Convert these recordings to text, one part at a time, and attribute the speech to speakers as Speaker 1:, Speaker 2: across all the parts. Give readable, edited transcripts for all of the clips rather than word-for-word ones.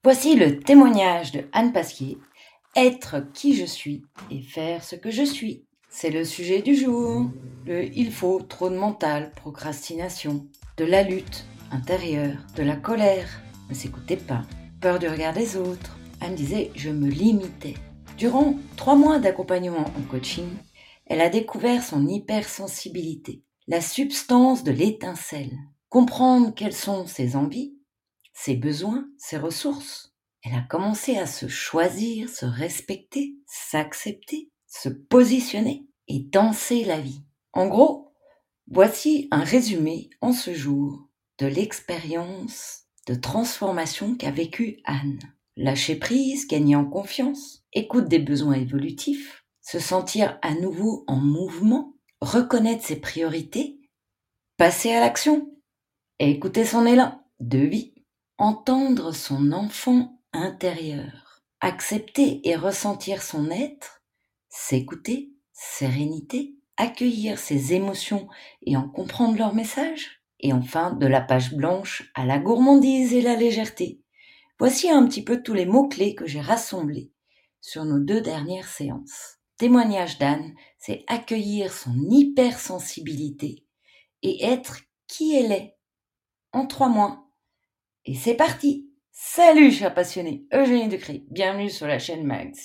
Speaker 1: Voici le témoignage de Anne Pasquier, être qui je suis et faire ce que je suis. C'est le sujet du jour. Le il faut, trop de mental, procrastination, de la lutte intérieure, de la colère, ne s'écoutait pas, peur du regard des autres. Anne disait je me limitais. Durant 3 mois d'accompagnement en coaching, elle a découvert son hypersensibilité, la substance de l'étincelle, comprendre quelles sont ses envies, ses besoins, ses ressources. Elle a commencé à se choisir, se respecter, s'accepter, se positionner et danser la vie. En gros, voici un résumé en ce jour de l'expérience de transformation qu'a vécue Anne. Lâcher prise, gagner en confiance, écoute des besoins évolutifs, se sentir à nouveau en mouvement, reconnaître ses priorités, passer à l'action et écouter son élan de vie. Entendre son enfant intérieur, accepter et ressentir son être, s'écouter, sérénité, accueillir ses émotions et en comprendre leur message, et enfin de la page blanche à la gourmandise et la légèreté. Voici un petit peu tous les mots-clés que j'ai rassemblés sur nos 2 dernières séances. Témoignage d'Anne, c'est accueillir son hypersensibilité et être qui elle est en 3 mois. Et c'est parti! Salut chers passionnés, Eugénie Decré, bienvenue sur la chaîne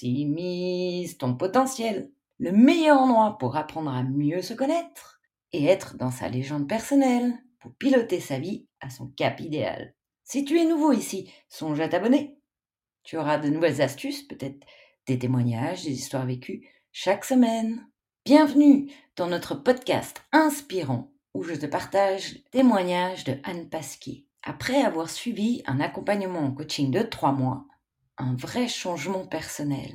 Speaker 1: Maximise ton potentiel, le meilleur endroit pour apprendre à mieux se connaître et être dans sa légende personnelle pour piloter sa vie à son cap idéal. Si tu es nouveau ici, songe à t'abonner. Tu auras de nouvelles astuces, peut-être des témoignages, des histoires vécues chaque semaine. Bienvenue dans notre podcast inspirant où je te partage le témoignage de Anne Pasquier. Après avoir suivi un accompagnement en coaching de 3 mois, un vrai changement personnel,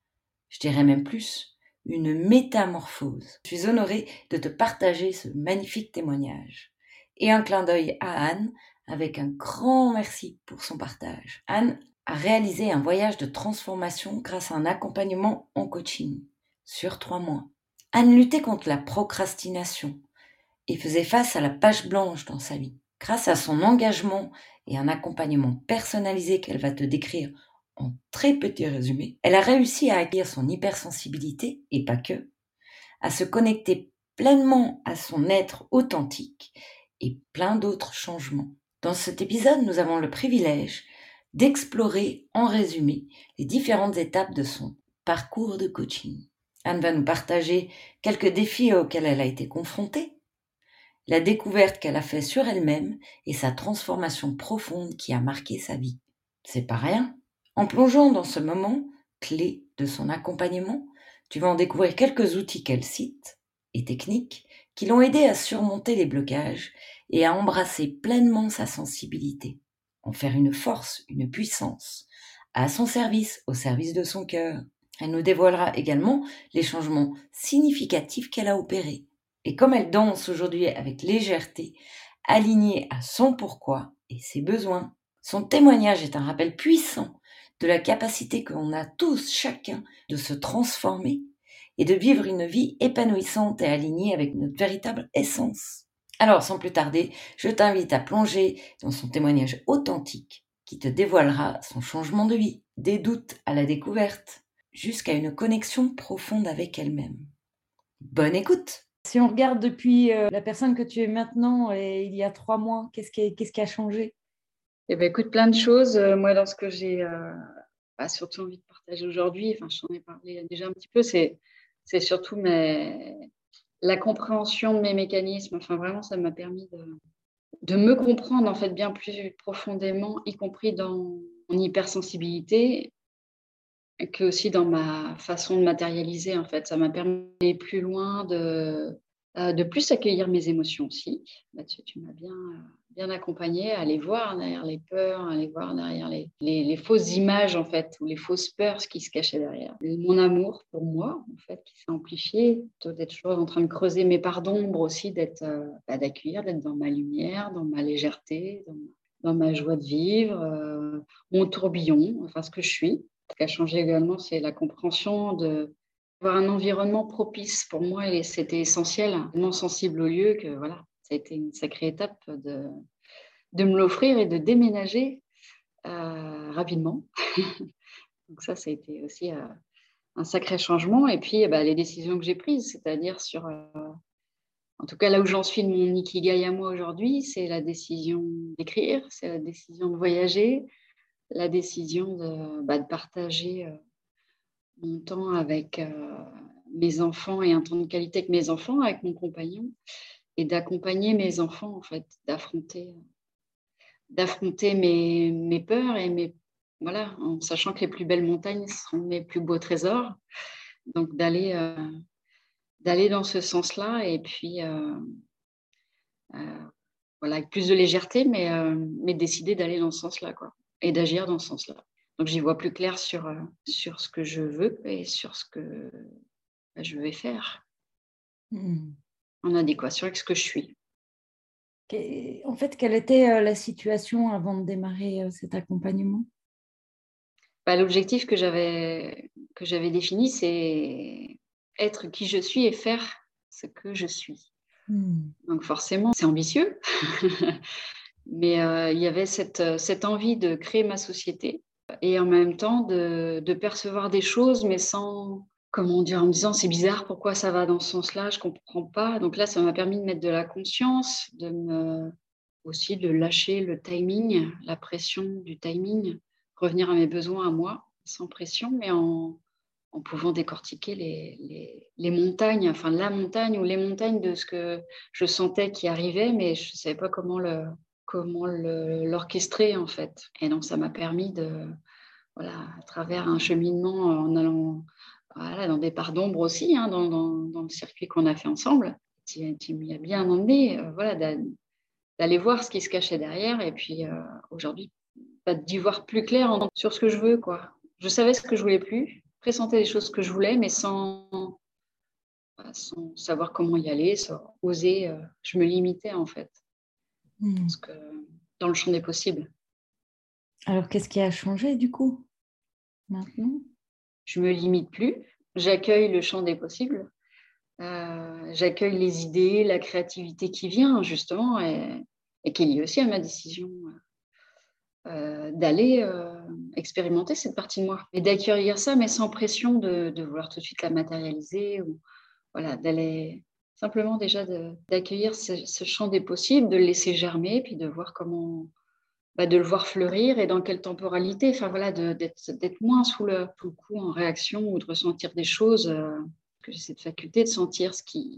Speaker 1: je dirais même plus, une métamorphose. Je suis honorée de te partager ce magnifique témoignage. Et un clin d'œil à Anne avec un grand merci pour son partage. Anne a réalisé un voyage de transformation grâce à un accompagnement en coaching sur 3 mois. Anne luttait contre la procrastination et faisait face à la page blanche dans sa vie. Grâce à son engagement et un accompagnement personnalisé qu'elle va te décrire en très petit résumé, elle a réussi à acquérir son hypersensibilité, et pas que, à se connecter pleinement à son être authentique et plein d'autres changements. Dans cet épisode, nous avons le privilège d'explorer en résumé les différentes étapes de son parcours de coaching. Anne va nous partager quelques défis auxquels elle a été confrontée, la découverte qu'elle a fait sur elle-même et sa transformation profonde qui a marqué sa vie. C'est pas rien. En plongeant dans ce moment clé de son accompagnement, tu vas en découvrir quelques outils qu'elle cite et techniques qui l'ont aidé à surmonter les blocages et à embrasser pleinement sa sensibilité, en faire une force, une puissance, à son service, au service de son cœur. Elle nous dévoilera également les changements significatifs qu'elle a opérés. Et comme elle danse aujourd'hui avec légèreté, alignée à son pourquoi et ses besoins, son témoignage est un rappel puissant de la capacité que l'on a tous, chacun, de se transformer et de vivre une vie épanouissante et alignée avec notre véritable essence. Alors, sans plus tarder, je t'invite à plonger dans son témoignage authentique qui te dévoilera son changement de vie, des doutes à la découverte, jusqu'à une connexion profonde avec elle-même. Bonne écoute! Si on regarde depuis la personne que tu es maintenant et il y a 3 mois, qu'est-ce qui a changé?
Speaker 2: Eh ben, écoute, plein de choses. Moi, dans ce que j'ai surtout envie de partager aujourd'hui, enfin, je t'en ai parlé déjà un petit peu, c'est surtout la compréhension de mes mécanismes. Enfin, vraiment, ça m'a permis de me comprendre en fait bien plus profondément, y compris dans mon hypersensibilité, que aussi dans ma façon de matérialiser. En fait, ça m'a permis d'aller plus loin, de plus accueillir mes émotions aussi. Là-dessus, tu m'as bien accompagnée à aller voir derrière les peurs, à aller voir derrière les fausses images, en fait, ou les fausses peurs, ce qui se cachait derrière. Et mon amour pour moi, en fait, qui s'est amplifié, d'être toujours en train de creuser mes parts d'ombre aussi, d'accueillir, d'être dans ma lumière, dans ma légèreté, dans ma joie de vivre, mon tourbillon, enfin ce que je suis. Ce qui a changé également, c'est la compréhension d'avoir un environnement propice. Pour moi, et c'était essentiel, tellement sensible au lieu que voilà, ça a été une sacrée étape de me l'offrir et de déménager rapidement. Donc ça a été aussi un sacré changement. Et puis, les décisions que j'ai prises, c'est-à-dire en tout cas là où j'en suis de mon ikigai à moi aujourd'hui, c'est la décision d'écrire, c'est la décision de voyager, la décision de partager mon temps avec mes enfants et un temps de qualité avec mes enfants, avec mon compagnon, et d'accompagner mes enfants, en fait, d'affronter mes peurs et voilà, en sachant que les plus belles montagnes sont mes plus beaux trésors. Donc d'aller dans ce sens-là et puis voilà, avec plus de légèreté, mais décider d'aller dans ce sens-là, quoi, et d'agir dans ce sens-là. Donc j'y vois plus clair sur ce que je veux et sur ce que je vais faire
Speaker 1: Mmh.
Speaker 2: en adéquation avec ce que je suis.
Speaker 1: En fait, quelle était la situation avant de démarrer cet accompagnement?
Speaker 2: L'objectif que j'avais défini, c'est être qui je suis et faire ce que je suis.
Speaker 1: Mmh.
Speaker 2: Donc forcément, c'est ambitieux, mais il y avait cette envie de créer ma société et en même temps de percevoir des choses, mais sans, comment dire, en me disant: «C'est bizarre, pourquoi ça va dans ce sens-là? Je comprends pas». Donc là, ça m'a permis de mettre de la conscience, aussi de lâcher le timing, la pression du timing, revenir à mes besoins à moi, sans pression, mais en pouvant décortiquer les montagnes, enfin la montagne ou les montagnes de ce que je sentais qui arrivait, mais je ne savais pas l'orchestrer en fait. Et donc ça m'a permis voilà, à travers un cheminement en allant voilà, dans des parts d'ombre aussi, hein, dans le circuit qu'on a fait ensemble. Tu m'y as bien emmené, voilà, d'aller voir ce qui se cachait derrière et puis aujourd'hui, d'y voir plus clair sur ce que je veux, quoi. Je savais ce que je voulais plus, pressentais les choses que je voulais, mais sans savoir comment y aller, sans oser. Je me limitais en fait,
Speaker 1: Mmh.
Speaker 2: parce que dans le champ des possibles.
Speaker 1: Alors qu'est-ce qui a changé du coup, maintenant?
Speaker 2: Je me limite plus, j'accueille le champ des possibles, j'accueille les idées, la créativité qui vient justement et qui est liée aussi à ma décision d'aller expérimenter cette partie de moi et d'accueillir ça, mais sans pression de vouloir tout de suite la matérialiser ou voilà, d'aller simplement déjà d'accueillir ce champ des possibles, de le laisser germer, puis de voir comment, de le voir fleurir et dans quelle temporalité. Enfin voilà, d'être moins sous le coup en réaction ou de ressentir des choses. Que j'ai cette faculté de sentir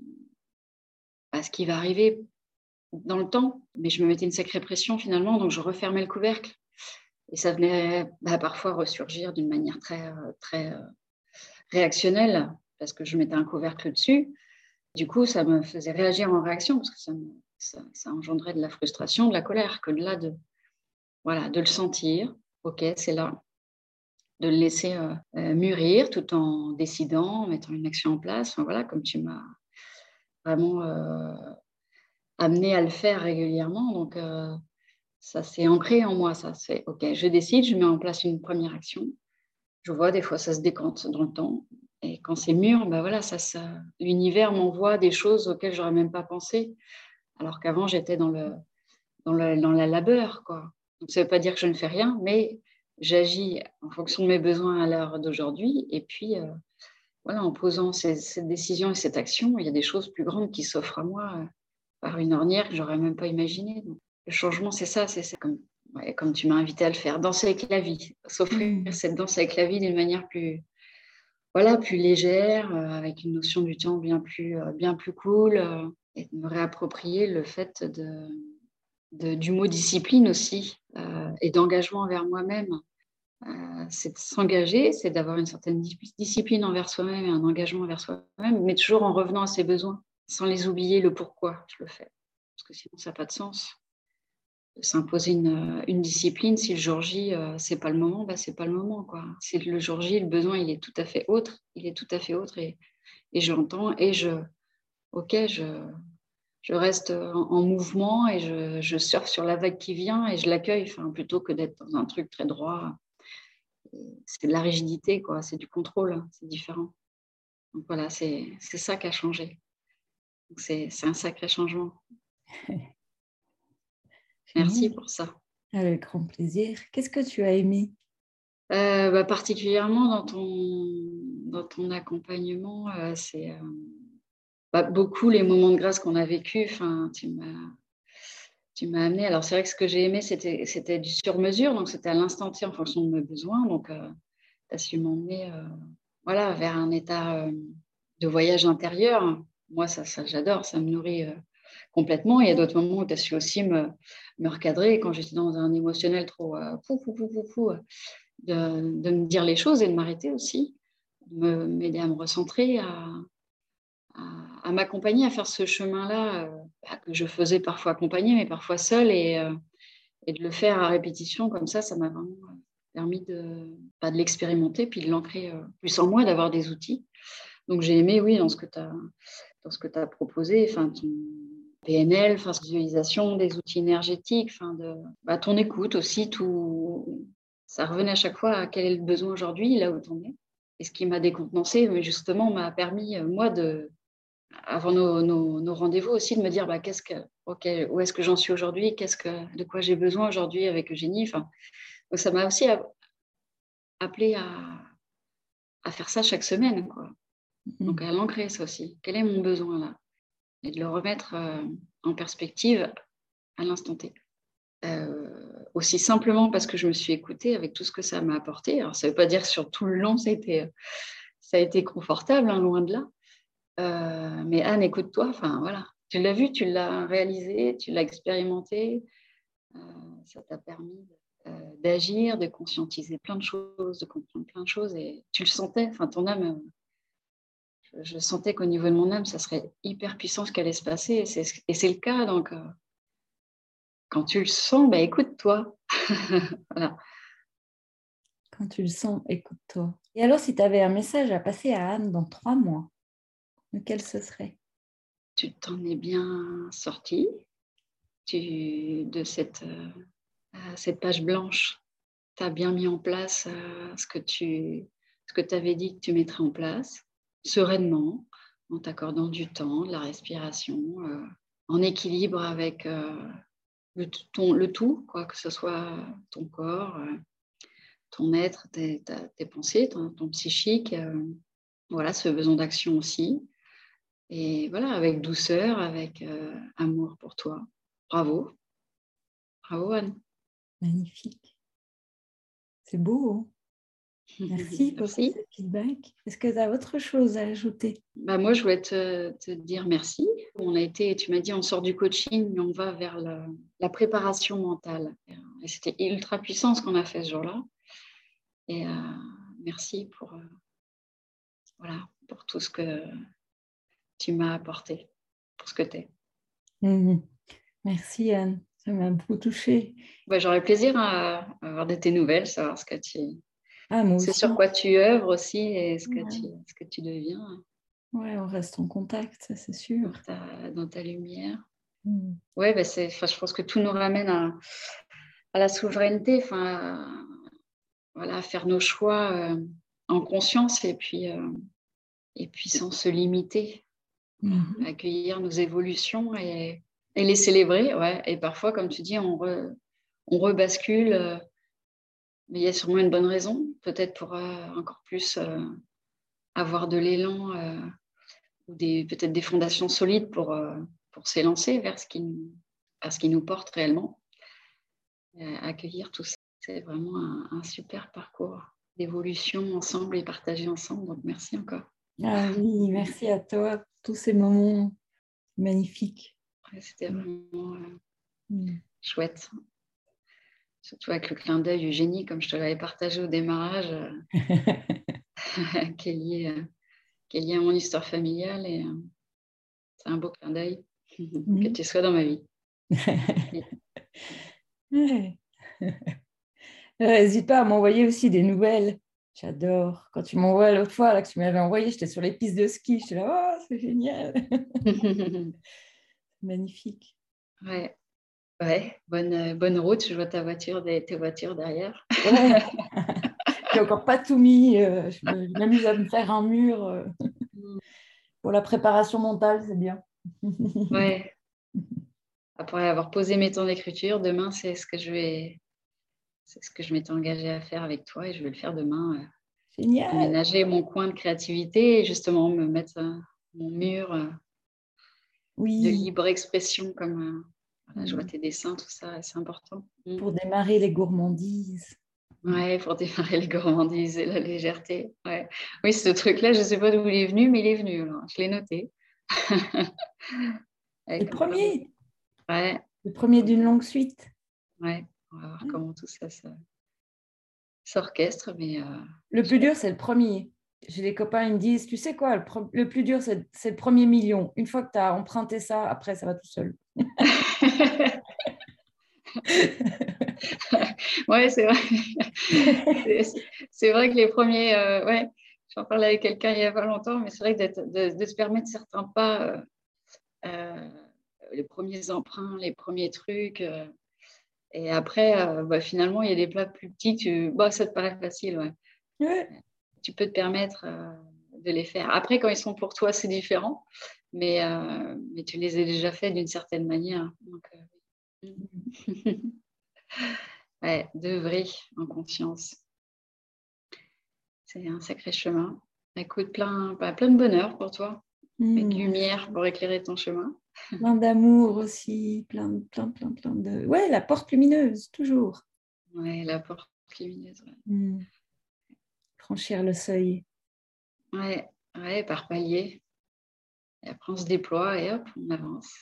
Speaker 2: ce qui va arriver dans le temps. Mais je me mettais une sacrée pression finalement, donc je refermais le couvercle. Et ça venait parfois ressurgir d'une manière très réactionnelle, parce que je mettais un couvercle dessus. Du coup, ça me faisait réagir en réaction, parce que ça engendrait de la frustration, de la colère, que de là, voilà, de le sentir, ok, c'est là, de le laisser mûrir tout en décidant, en mettant une action en place, enfin, voilà, comme tu m'as vraiment amené à le faire régulièrement. Donc, ça s'est ancré en moi, ça. C'est ok, je décide, je mets en place une première action. Je vois des fois ça se décante dans le temps et quand c'est mûr, voilà, l'univers m'envoie des choses auxquelles j'aurais même pas pensé, alors qu'avant j'étais dans la labeur, quoi. Donc ça veut pas dire que je ne fais rien, mais j'agis en fonction de mes besoins à l'heure d'aujourd'hui et puis, voilà, en posant cette décision et cette action, il y a des choses plus grandes qui s'offrent à moi, par une ornière que j'aurais même pas imaginée. Donc le changement, c'est ça, c'est comme ouais, comme tu m'as invité à le faire, danser avec la vie, s'offrir
Speaker 1: Mmh.
Speaker 2: cette danse avec la vie d'une manière plus voilà, plus légère, avec une notion du temps bien plus cool, et de me réapproprier le fait du mot discipline aussi, et d'engagement envers moi-même. C'est de s'engager, c'est d'avoir une certaine discipline envers soi-même et un engagement envers soi-même, mais toujours en revenant à ses besoins, sans les oublier le pourquoi je le fais. Parce que sinon ça n'a pas de sens. De s'imposer une discipline, si le jour J, c'est pas le moment, c'est pas le moment, quoi. Si le jour J, le besoin, il est tout à fait autre, il est tout à fait autre et je l'entends et OK, je reste en mouvement et je surfe sur la vague qui vient et je l'accueille, enfin, plutôt que d'être dans un truc très droit. C'est de la rigidité, quoi, c'est du contrôle, hein, c'est différent. Donc voilà, c'est ça qui a changé. Donc c'est un sacré changement. Merci
Speaker 1: Génial.
Speaker 2: pour ça.
Speaker 1: Avec grand plaisir. Qu'est-ce que tu as aimé?
Speaker 2: Particulièrement dans ton accompagnement, c'est beaucoup les moments de grâce qu'on a vécus. Enfin, tu m'as amené. Alors, c'est vrai que ce que j'ai aimé, c'était du sur-mesure, donc c'était à l'instant T en fonction de mes besoins. Donc, tu as su m'emmener voilà, vers un état de voyage intérieur. Moi, ça j'adore, ça me nourrit complètement. Il y a d'autres moments où tu as su aussi me recadrer quand j'étais dans un émotionnel trop fou, de me dire les choses et de m'arrêter aussi, m'aider à me recentrer, à m'accompagner, à faire ce chemin-là que je faisais parfois accompagner, mais parfois seule, et de le faire à répétition comme ça m'a vraiment permis de l'expérimenter, puis de l'ancrer plus en moi, d'avoir des outils. Donc j'ai aimé, oui, dans ce que tu as proposé, enfin, ton PNL, enfin, visualisation, des outils énergétiques, enfin, ton écoute aussi, tout. Ça revenait à chaque fois à quel est le besoin aujourd'hui, là où tu en es. Et ce qui m'a décontenancée, mais justement, m'a permis, moi, avant nos rendez-vous aussi, de me dire où est-ce que j'en suis aujourd'hui, de quoi j'ai besoin aujourd'hui avec Eugénie. Enfin, donc ça m'a aussi appelé à faire ça chaque semaine, quoi. Donc à l'ancrer, ça aussi. Quel est mon besoin là? Et de le remettre en perspective à l'instant T. Aussi simplement parce que je me suis écoutée avec tout ce que ça m'a apporté. Alors, ça ne veut pas dire que sur tout le long, ça a été confortable, hein, loin de là. Mais Anne, écoute-toi. Enfin, voilà. Tu l'as vu, tu l'as réalisé, tu l'as expérimenté. Ça t'a permis d'agir, de conscientiser plein de choses, de comprendre plein de choses. Et tu le sentais, enfin, ton âme, je sentais qu'au niveau de mon âme, ça serait hyper puissant ce qui allait se passer. Et c'est le cas. Donc, quand tu le sens, écoute-toi. Voilà.
Speaker 1: Quand tu le sens, écoute-toi. Et alors, si tu avais un message à passer à Anne dans 3 mois, lequel ce serait?
Speaker 2: Tu t'en es bien sorti de cette page blanche. Tu as bien mis en place ce que tu avais dit que tu mettrais en place, sereinement, en t'accordant du temps, de la respiration, en équilibre avec le tout, quoi, que ce soit ton corps, ton être, tes pensées, ton psychique. Voilà, ce besoin d'action aussi. Et voilà, avec douceur, avec amour pour toi. Bravo. Bravo, Anne.
Speaker 1: Magnifique. C'est beau, hein? Merci pour ce
Speaker 2: Merci.
Speaker 1: feedback. Est-ce que tu as autre chose à ajouter?
Speaker 2: Moi, je voulais te dire merci. Tu m'as dit, on sort du coaching, mais on va vers la préparation mentale. Et c'était ultra puissant ce qu'on a fait ce jour-là. Et merci pour tout ce que tu m'as apporté, pour ce que tu es.
Speaker 1: Merci Anne, ça m'a beaucoup touchée.
Speaker 2: J'aurais plaisir à avoir de tes nouvelles, savoir ce que
Speaker 1: Moi
Speaker 2: c'est
Speaker 1: aussi.
Speaker 2: sur quoi tu œuvres aussi et ce que tu deviens.
Speaker 1: Ouais, on reste en contact, ça c'est sûr.
Speaker 2: Dans ta lumière. Ouais, je pense que tout nous ramène à la souveraineté, à faire nos choix en conscience et puis sans se limiter, accueillir nos évolutions et les célébrer. Ouais. Et parfois, comme tu dis, on rebascule, mais il y a sûrement une bonne raison, peut-être pour encore plus avoir de l'élan ou peut-être des fondations solides pour s'élancer vers ce qui nous porte réellement. Accueillir tout ça, c'est vraiment un super parcours d'évolution ensemble et partagé ensemble. Donc, merci encore.
Speaker 1: Ah oui, merci à toi pour tous ces moments magnifiques.
Speaker 2: Ouais, c'était vraiment chouette. Surtout avec le clin d'œil Eugénie, comme je te l'avais partagé au démarrage, qui est lié à mon histoire familiale. Et c'est un beau clin d'œil que tu sois dans ma vie.
Speaker 1: N'hésite pas à m'envoyer aussi des nouvelles. J'adore. Quand tu m'envoies l'autre fois, là, que tu m'avais envoyé, j'étais sur les pistes de ski. J'étais là, oh, c'est génial. Magnifique.
Speaker 2: Ouais. Bonne route. Je vois tes voitures derrière.
Speaker 1: Ouais. J'ai encore pas tout mis. Je m'amuse à me faire un mur. Pour la préparation mentale, c'est bien.
Speaker 2: Ouais. après avoir posé mes temps d'écriture, demain, c'est ce que je m'étais engagée à faire avec toi et je vais le faire demain.
Speaker 1: Génial.
Speaker 2: Aménager mon coin de créativité et justement me mettre mon mur de
Speaker 1: Oui,
Speaker 2: libre expression comme voilà, je vois tes dessins, tout ça, c'est important.
Speaker 1: pour démarrer les gourmandises.
Speaker 2: Ouais, pour démarrer les gourmandises et la légèreté. Ouais. Oui, ce truc-là, je ne sais pas d'où il est venu, mais il est venu. Alors, je l'ai noté.
Speaker 1: Le premier,
Speaker 2: Ouais,
Speaker 1: le premier d'une longue suite.
Speaker 2: ouais. On va voir comment tout ça s'orchestre. Mais,
Speaker 1: Le plus dur, c'est le premier. J'ai des copains, ils me disent, tu sais quoi, le plus dur, c'est le premier million. Une fois que tu as emprunté ça, après, ça va tout seul.
Speaker 2: Ouais, c'est vrai. C'est vrai que les premiers, ouais, j'en parlais avec quelqu'un il n'y a pas longtemps, mais c'est vrai que de se permettre certains pas, les premiers emprunts, les premiers trucs. Et après, finalement, il y a des plats plus petits, ça te paraît facile, ouais.
Speaker 1: Ouais.
Speaker 2: Tu peux te permettre de les faire. Après, quand ils sont pour toi, c'est différent, mais tu les as déjà faits d'une certaine manière. Donc, ouais, d'œuvrer en conscience. C'est un sacré chemin. Écoute, plein de bonheur pour toi et de lumière pour éclairer ton chemin.
Speaker 1: Plein d'amour aussi, plein de... Ouais, la porte lumineuse, toujours.
Speaker 2: Ouais, la porte lumineuse. Ouais.
Speaker 1: Franchir le seuil.
Speaker 2: Ouais, ouais, par palier. Et après, on se déploie et hop, on avance.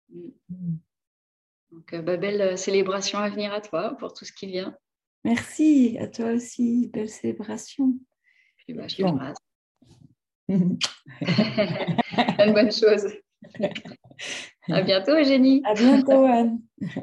Speaker 2: Donc, belle célébration à venir à toi pour tout ce qui vient.
Speaker 1: Merci, à toi aussi. Belle célébration.
Speaker 2: Puis, je t'embrasse. Une bonne chose. À bientôt, Eugénie.
Speaker 1: À bientôt, Anne.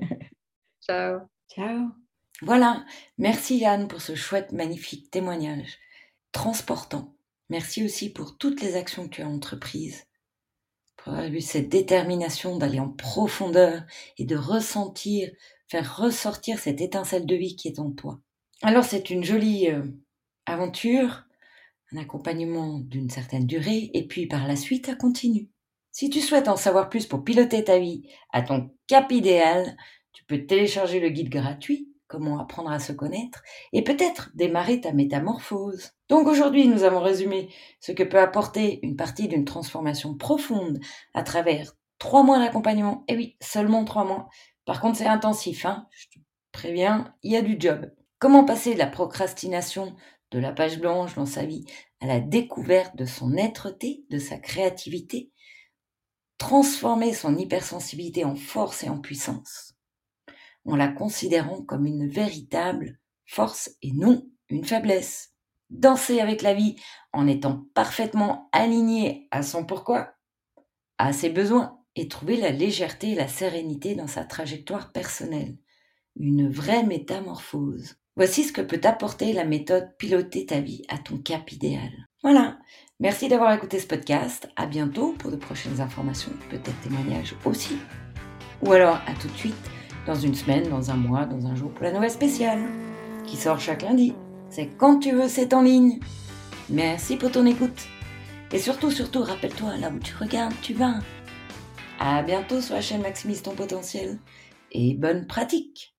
Speaker 2: Ciao.
Speaker 1: Ciao. Voilà, merci Anne pour ce chouette, magnifique témoignage transportant. Merci aussi pour toutes les actions que tu as entreprises, pour avoir eu cette détermination d'aller en profondeur et de ressentir, faire ressortir cette étincelle de vie qui est en toi. Alors c'est une jolie aventure, un accompagnement d'une certaine durée, et puis par la suite, ça continue. Si tu souhaites en savoir plus pour piloter ta vie à ton cap idéal, tu peux télécharger le guide gratuit Comment apprendre à se connaître et peut-être démarrer ta métamorphose. Donc aujourd'hui, nous avons résumé ce que peut apporter une partie d'une transformation profonde à travers 3 mois d'accompagnement. Et oui, seulement 3 mois. Par contre, c'est intensif, hein. Je te préviens, il y a du job. Comment passer de la procrastination, de la page blanche dans sa vie, à la découverte de son êtreté, de sa créativité, transformer son hypersensibilité en force et en puissance, en la considérant comme une véritable force et non une faiblesse. Danser avec la vie en étant parfaitement aligné à son pourquoi, à ses besoins, et trouver la légèreté et la sérénité dans sa trajectoire personnelle. Une vraie métamorphose. Voici ce que peut t'apporter la méthode Piloter ta vie à ton cap idéal. Voilà, merci d'avoir écouté ce podcast. À bientôt pour de prochaines informations, peut-être témoignages aussi. Ou alors à tout de suite, dans une semaine, dans un mois, dans un jour pour la nouvelle spéciale, qui sort chaque lundi. C'est quand tu veux, c'est en ligne. Merci pour ton écoute. Et surtout, rappelle-toi, là où tu regardes, tu vas. À bientôt sur la chaîne Maximise ton potentiel. Et bonne pratique.